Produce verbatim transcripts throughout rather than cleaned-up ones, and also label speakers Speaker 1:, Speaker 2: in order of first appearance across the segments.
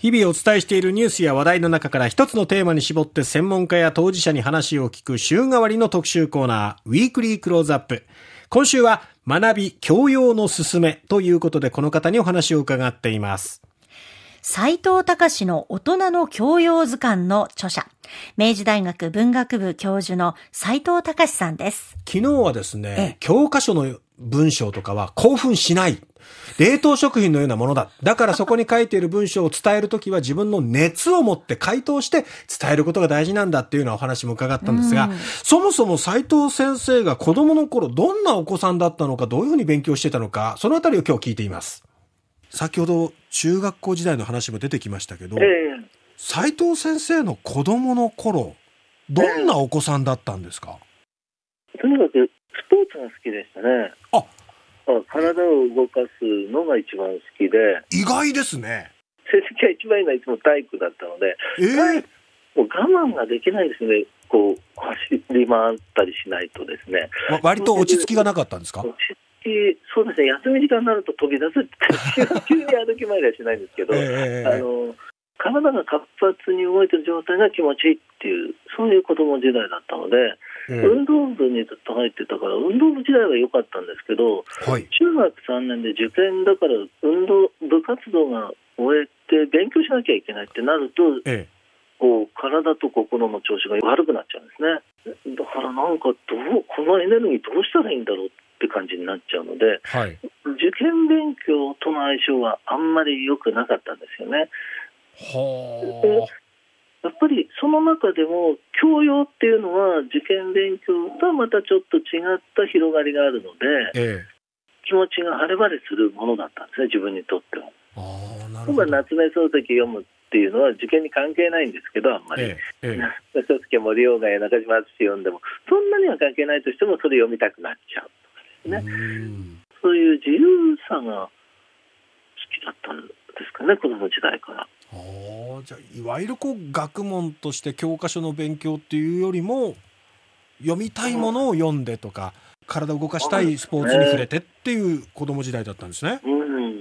Speaker 1: 日々お伝えしているニュースや話題の中から一つのテーマに絞って専門家や当事者に話を聞く週替わりの特集コーナー、ウィークリークローズアップ。今週は学び教養のすすめということで、この方にお話を伺っています。
Speaker 2: 斉藤隆の大人の教養図鑑の著者、明治大学文学部教授の斉藤隆さんです。
Speaker 1: 昨日はですね、教科書の文章とかは興奮しない。冷凍食品のようなものだ。だからそこに書いている文章を伝えるときは自分の熱を持って回答して伝えることが大事なんだっていうようなお話も伺ったんですが、そもそも斉藤先生が子供の頃どんなお子さんだったのか、どういうふうに勉強してたのか、そのあたりを今日聞いています。先ほど中学校時代の話も出てきましたけど、えー、斉藤先生の子供の頃どんなお子さんだったんですか？
Speaker 3: えー、とにかくスポーツが好きでしたね。
Speaker 1: あ、
Speaker 3: 体を動かすのが一番好きで。
Speaker 1: 意外ですね。
Speaker 3: 成績が一番いいのはいつも体育だったので、
Speaker 1: えー、
Speaker 3: もう我慢ができないですね。こう走り回ったりしないとですね。
Speaker 1: 割と落ち着きがなかったんですか？
Speaker 3: 落ち着き、そうですね。休み時間になると飛び出すって急に歩き回りはしないんですけど、えー、あの体が活発に動いている状態が気持ちいいっていう、そういう子供時代だったので、うん、運動部にずっと入ってたから運動部時代は良かったんですけど、はい、中学さんねんで受験だから運動部活動が終えて勉強しなきゃいけないってなると、ええ、こう体と心の調子が悪くなっちゃうんですね。だからなんかどうこのエネルギーどうしたらいいんだろうって感じになっちゃうので、はい、受験勉強との相性はあんまり良くなかったんですよね。
Speaker 1: はあ。
Speaker 3: やっぱりその中でも教養っていうのは受験勉強とはまたちょっと違った広がりがあるので、ええ、気持ちが晴れ晴れするものだったんですね、自分にとっては。
Speaker 1: あ、なるほど。
Speaker 3: 夏目漱石読むっていうのは受験に関係ないんですけど、あんまり、ええええ、夏目漱石も森鴎外や中島敦読んでもそんなには関係ないとしてもそれ読みたくなっちゃうとかですね。うん、そういう自由さが好きだったんですかね、子供時代から。
Speaker 1: あ、じゃあいわゆるこう学問として教科書の勉強っていうよりも読みたいものを読んでとか、うん、体を動かしたいスポーツに触れてっていう子供時代だったんですね。
Speaker 3: うん、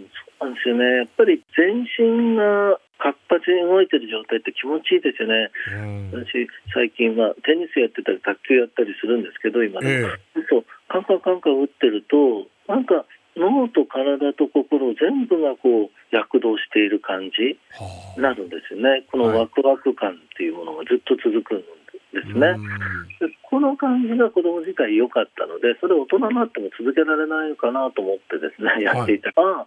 Speaker 3: そうなんですよね。やっぱり全身が活発に動いてる状態って気持ちいいですよね。うん、私最近はテニスやってたり卓球やったりするんですけど、今でも、えー、そうカンカンカンカン打ってるとなんか脳と体と心全部がこう躍動している感じになるんですよね。このワクワク感っていうものがずっと続くんですね。はい、でこの感じが子供時代良かったので、それ大人になっても続けられないのかなと思ってですね、やっていたら、はい、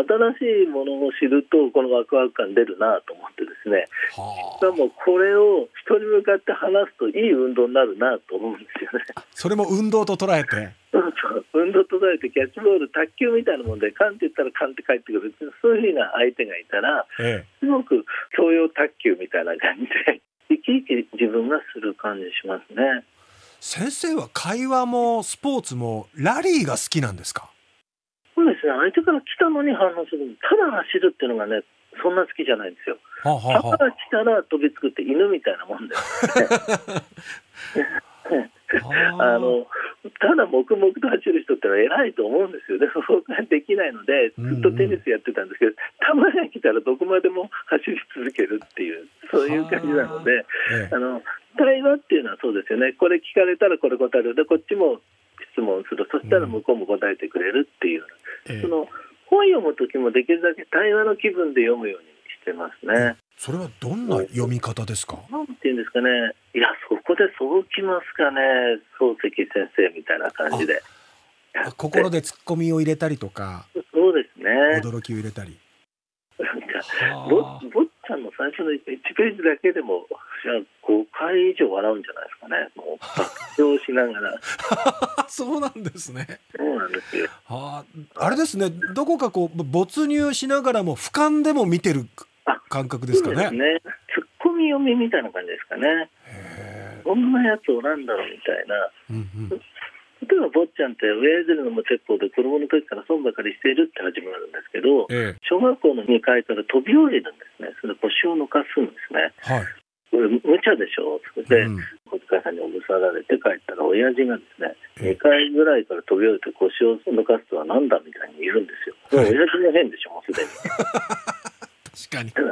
Speaker 3: 新しいものを知るとこのワクワク感出るなと思ってですね、しかもこれを人に向かって話すといい運動になるなと思うんですよね。
Speaker 1: それも運動と捉えて、
Speaker 3: そうそう運動と捉えて、キャッチボール卓球みたいなもんで、カンって言ったらカンって返ってくる、そういうふうな相手がいたら、ええ、すごく教養卓球みたいな感じで生き生き自分がする感じしますね。
Speaker 1: 先生は会話もスポーツもラリーが好きなんですか？
Speaker 3: そうですね。相手から来たのに反応する。ただ走るっていうのがね、そんな好きじゃないんですよ。はあはあ、ただ来たら飛びつくって犬みたいなもんですね。あのただ黙々と走る人ってのは偉いと思うんですよね。そうできないのでずっとテニスやってたんですけど、たまに来たらどこまでも走り続けるっていう、そういう感じなので、ええ、あの対話っていうのはそうですよね。これ聞かれたらこれ答える、でこっちも質問する、そしたら向こうも答えてくれるっていう、うん、その本読む時もできるだけ対話の気分で読むようにしてますね。
Speaker 1: それはどんな読み方ですか？
Speaker 3: なんていうんですかね、いやそこでそうきますかね、漱石先生みたいな感じで
Speaker 1: 心でツッコミを入れたりとか、
Speaker 3: そうですね、
Speaker 1: 驚きを入れたり、
Speaker 3: なんかぼっちゃんの最初のいちページだけでもごかい以上笑うんじゃないですかね。もう爆笑しながら
Speaker 1: そうなんですね。
Speaker 3: そうなんですよ。
Speaker 1: はあ、あれですね、どこかこう没入しながらも俯瞰でも見てる感覚ですかね。
Speaker 3: そうですね。ツッコミ読みみたいな感じですかね。へこんなやつおらんだろうみたいな、うんうん、例えば坊ちゃんって上へ出るのも鉄砲で子供の時から損ばかりしているって始まるんですけど、ええ、小学校のにかいから飛び降りるんですね。それで腰を抜かすんですね。はい、これ無茶でしょ。それで、うん、小塚さんにおぶさられて帰ったら親父がですね、ええ、にかいぐらいから飛び降りて腰を抜かすとはなんだみたいに言うんですよ。はい、親父が変でしょ、もうすでに
Speaker 1: 確かに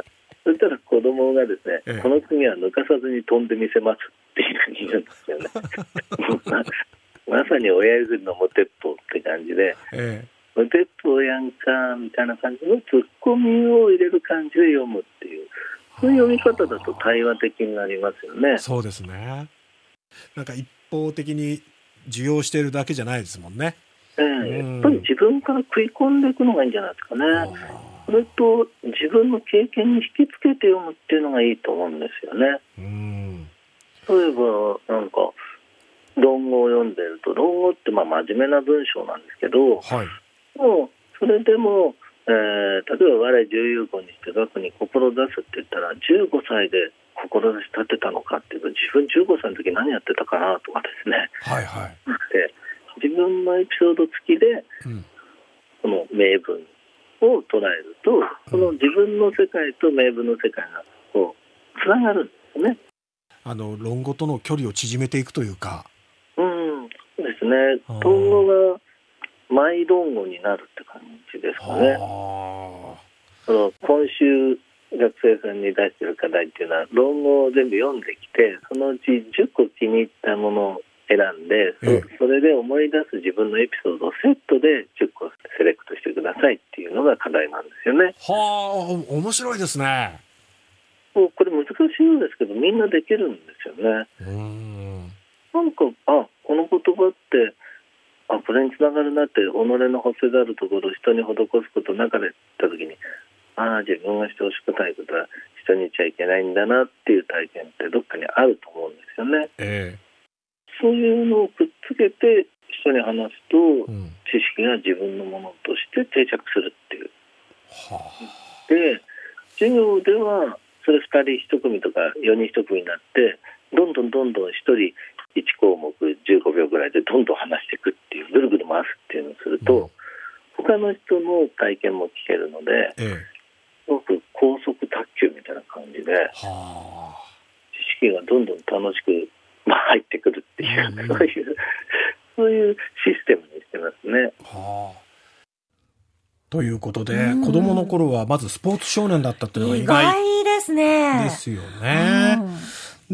Speaker 3: そしたら子供がですね、
Speaker 1: ええ、
Speaker 3: この次は抜かさずに飛んでみせますっていうふうに言うんですよね。ま, まさに親譲りのモテっぽって感じで、
Speaker 1: ええ、
Speaker 3: モテっぽやんかみたいな感じのツッコミを入れる感じで読むっていう、そういう読み方だと対話的になりますよね。
Speaker 1: そうですね。なんか一方的に受容しているだけじゃないですもんね。
Speaker 3: えー、やっぱり自分から食い込んでいくのがいいんじゃないですかね。それと自分の経験に引きつけて読むっていうのがいいと思うんですよね。
Speaker 1: うん、
Speaker 3: 例えばなんか論語を読んでると、論語ってまあ真面目な文章なんですけど、
Speaker 1: はい、
Speaker 3: もうそれでも、えー、例えば我重有語にして学に志すって言ったら、じゅうごさいで志立てたのかっていうと、自分じゅうごさいの時何やってたかなとかですね、
Speaker 1: はいはい、
Speaker 3: で自分のエピソード付きで、うん、この名文を捉えると、その自分の世界と名文の世界がこうつながるんですよね。
Speaker 1: あの論語との距離を縮めていくというか、
Speaker 3: うん、そうですね。論語がマイ論語になるって感じですかね。その今週学生さんに出している課題っていうのは、論語を全部読んできて、そのうちじゅっこ気に入ったものを選んで、ええ、そ, それで思い出す自分のエピソードをセットでじゅっこセレクトしてくださいっていうのが課題なんですよね。
Speaker 1: はあ、面白いですね。
Speaker 3: これ難しいようですけど、みんなできるんですよね。
Speaker 1: うーん、
Speaker 3: なんか、あ、この言葉ってあ、これにつながるなって、己の補正であるところを人に施すことの中で言った時に、ああ、自分がしてほしくないことは人に言っちゃいけないんだなっていう体験ってどっかにあると思うんですよね。
Speaker 1: ええ、
Speaker 3: そういうのをくっつけて人に話すと、うん、知識が自分のものとして定着するっていう、はあ、で授業ではそれふたりいち組とかよにんいち組になって、どんどんどんどんひとりいち項目じゅうごびょうぐらいでどんどん話していくっていう、ぐるぐる回すっていうのをすると、うん、他の人の体験も聞けるので、ええ、すごく高速卓球みたいな感じで、はあ、知識がどんどん楽しく、まあ、入ってくるっていう、うん、そういうそういうシステムにしてますね。はあ、
Speaker 1: ということで、うん、子供の頃はまずスポーツ少年だったというのが意外
Speaker 2: 意外ですね。
Speaker 1: ですよね。うん、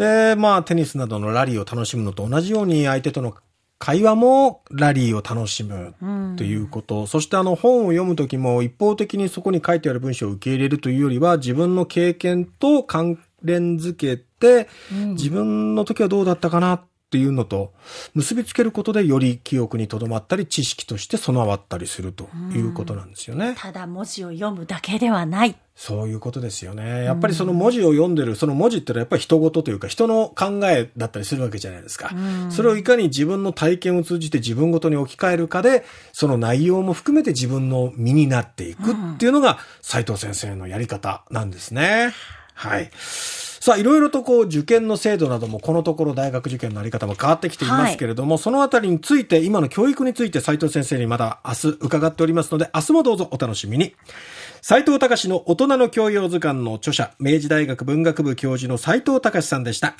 Speaker 1: で、まあテニスなどのラリーを楽しむのと同じように、相手との会話もラリーを楽しむということ、うん、そしてあの本を読むときも一方的にそこに書いてある文章を受け入れるというよりは、自分の経験と関連づけて、うん、自分の時はどうだったかなっていうのと結びつけることで、より記憶に留まったり知識として備わったりするということなんですよね。
Speaker 2: うん、ただ文字を読むだけではない。
Speaker 1: そういうことですよね。やっぱりその文字を読んでる、その文字ってのはやっぱり人事というか人の考えだったりするわけじゃないですか。それをいかに自分の体験を通じて自分ごとに置き換えるかで、その内容も含めて自分の身になっていくっていうのが斉藤先生のやり方なんですね。はい。さあ、いろいろとこう受験の制度などもこのところ大学受験のあり方も変わってきていますけれども、はい、そのあたりについて、今の教育について斉藤先生にまだ明日伺っておりますので、明日もどうぞお楽しみに。斉藤隆の大人の教養図鑑の著者、明治大学文学部教授の斉藤隆さんでした。